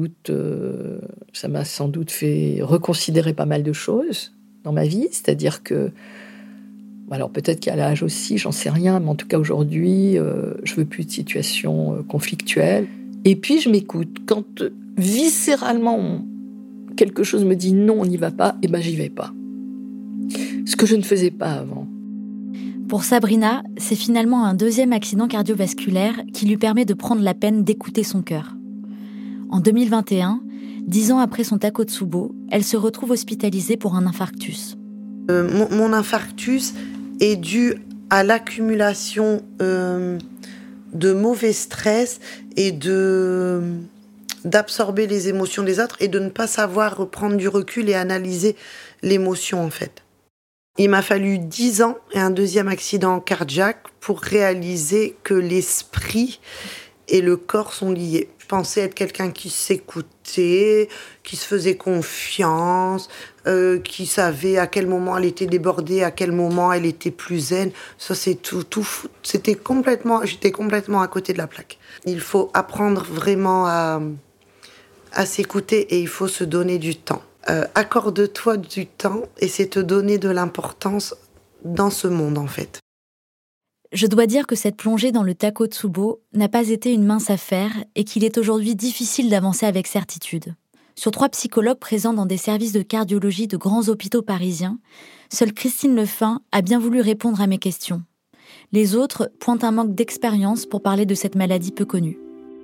m'a sans doute fait reconsidérer pas mal de choses dans ma vie. C'est-à-dire que, alors peut-être qu'à l'âge aussi, j'en sais rien, mais en tout cas aujourd'hui, je veux plus de situations conflictuelles. Et puis je m'écoute. Quand viscéralement quelque chose me dit non, on n'y va pas, et ben j'y vais pas. Ce que je ne faisais pas avant. Pour Sabrina, c'est finalement un 2e accident cardiovasculaire qui lui permet de prendre la peine d'écouter son cœur. En 2021, 10 ans après son Takotsubo, elle se retrouve hospitalisée pour un infarctus. Mon infarctus est dû à l'accumulation de mauvais stress et d'absorber les émotions des autres et de ne pas savoir prendre du recul et analyser l'émotion en fait. Il m'a fallu 10 ans et un deuxième accident cardiaque pour réaliser que l'esprit et le corps sont liés. Je pensais être quelqu'un qui s'écoutait, qui se faisait confiance, qui savait à quel moment elle était débordée, à quel moment elle était plus zen. Ça, c'est tout. J'étais complètement à côté de la plaque. Il faut apprendre vraiment à s'écouter et il faut se donner du temps. Accorde-toi du temps et c'est te donner de l'importance dans ce monde, en fait. Je dois dire que cette plongée dans le Takotsubo n'a pas été une mince affaire et qu'il est aujourd'hui difficile d'avancer avec certitude. Sur 3 psychologues présents dans des services de cardiologie de grands hôpitaux parisiens, seule Christine Lefin a bien voulu répondre à mes questions. Les autres pointent un manque d'expérience pour parler de cette maladie peu connue.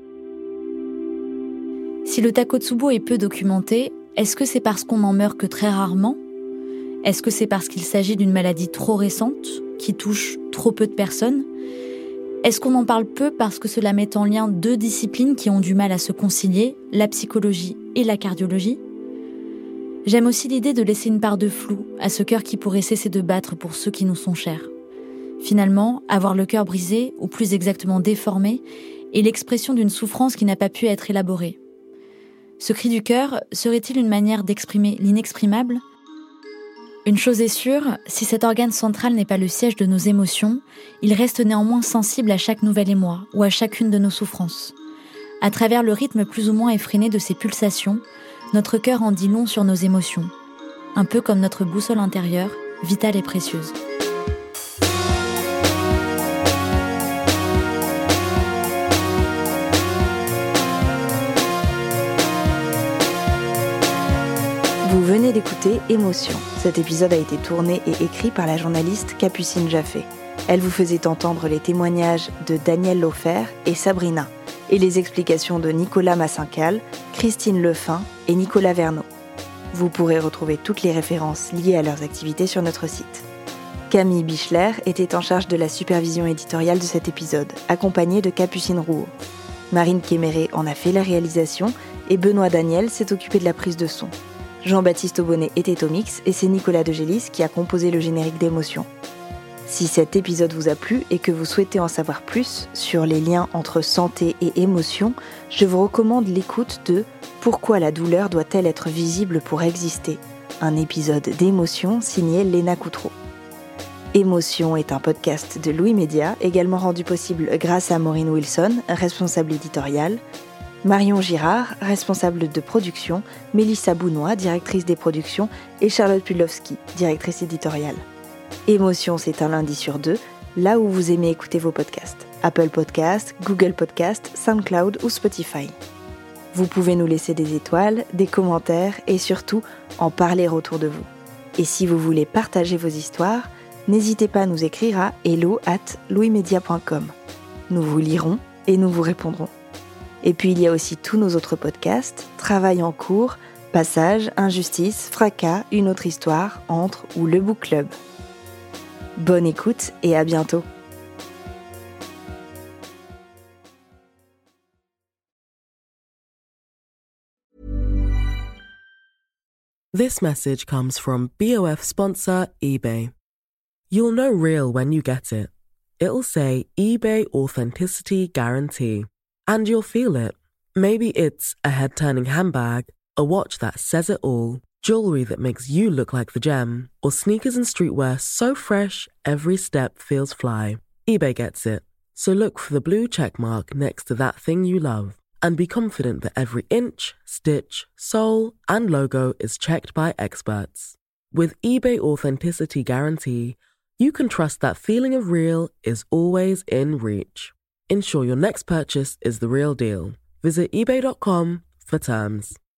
Si le Takotsubo est peu documenté, est-ce que c'est parce qu'on en meurt que très rarement ? Est-ce que c'est parce qu'il s'agit d'une maladie trop récente, qui touche trop peu de personnes ? Est-ce qu'on en parle peu parce que cela met en lien 2 disciplines qui ont du mal à se concilier, la psychologie et la cardiologie ? J'aime aussi l'idée de laisser une part de flou à ce cœur qui pourrait cesser de battre pour ceux qui nous sont chers. Finalement, avoir le cœur brisé, ou plus exactement déformé, est l'expression d'une souffrance qui n'a pas pu être élaborée. Ce cri du cœur serait-il une manière d'exprimer l'inexprimable ? Une chose est sûre, si cet organe central n'est pas le siège de nos émotions, il reste néanmoins sensible à chaque nouvel émoi ou à chacune de nos souffrances. À travers le rythme plus ou moins effréné de ses pulsations, notre cœur en dit long sur nos émotions. Un peu comme notre boussole intérieure, vitale et précieuse. Vous venez d'écouter Émotion. Cet épisode a été tourné et écrit par la journaliste Capucine Jaffé. Elle vous faisait entendre les témoignages de Daniel Laufer et Sabrina, et les explications de Nicolas Massincal, Christine Lefin et Nicolas Verneau. Vous pourrez retrouver toutes les références liées à leurs activités sur notre site. Camille Bichler était en charge de la supervision éditoriale de cet épisode, accompagnée de Capucine Rouault. Marine Kéméré en a fait la réalisation et Benoît Daniel s'est occupé de la prise de son. Jean-Baptiste Aubonnet était au mix et c'est Nicolas Degélis qui a composé le générique d'Émotion. Si cet épisode vous a plu et que vous souhaitez en savoir plus sur les liens entre santé et émotion, je vous recommande l'écoute de « Pourquoi la douleur doit-elle être visible pour exister ?», un épisode d'Émotion signé Léna Coutreau. Émotion est un podcast de Louis Média, également rendu possible grâce à Maureen Wilson, responsable éditoriale, Marion Girard, responsable de production, Mélissa Bounois, directrice des productions, et Charlotte Pudlowski, directrice éditoriale. Émotion, c'est un lundi sur 2, là où vous aimez écouter vos podcasts. Apple Podcasts, Google Podcasts, SoundCloud ou Spotify. Vous pouvez nous laisser des étoiles, des commentaires et surtout en parler autour de vous. Et si vous voulez partager vos histoires, n'hésitez pas à nous écrire à hello@louismedia.com. Nous vous lirons et nous vous répondrons. Et puis il y a aussi tous nos autres podcasts, Travail en cours, Passage, Injustice, Fracas, Une autre histoire, Entre ou Le Book Club. Bonne écoute et à bientôt. This message comes from BOF sponsor eBay. You'll know real when you get it. It'll say eBay Authenticity Guarantee. And you'll feel it. Maybe it's a head-turning handbag, a watch that says it all, jewelry that makes you look like the gem, or sneakers and streetwear so fresh every step feels fly. eBay gets it. So look for the blue check mark next to that thing you love and be confident that every inch, stitch, sole, and logo is checked by experts. With eBay Authenticity Guarantee, you can trust that feeling of real is always in reach. Ensure your next purchase is the real deal. Visit ebay.com for terms.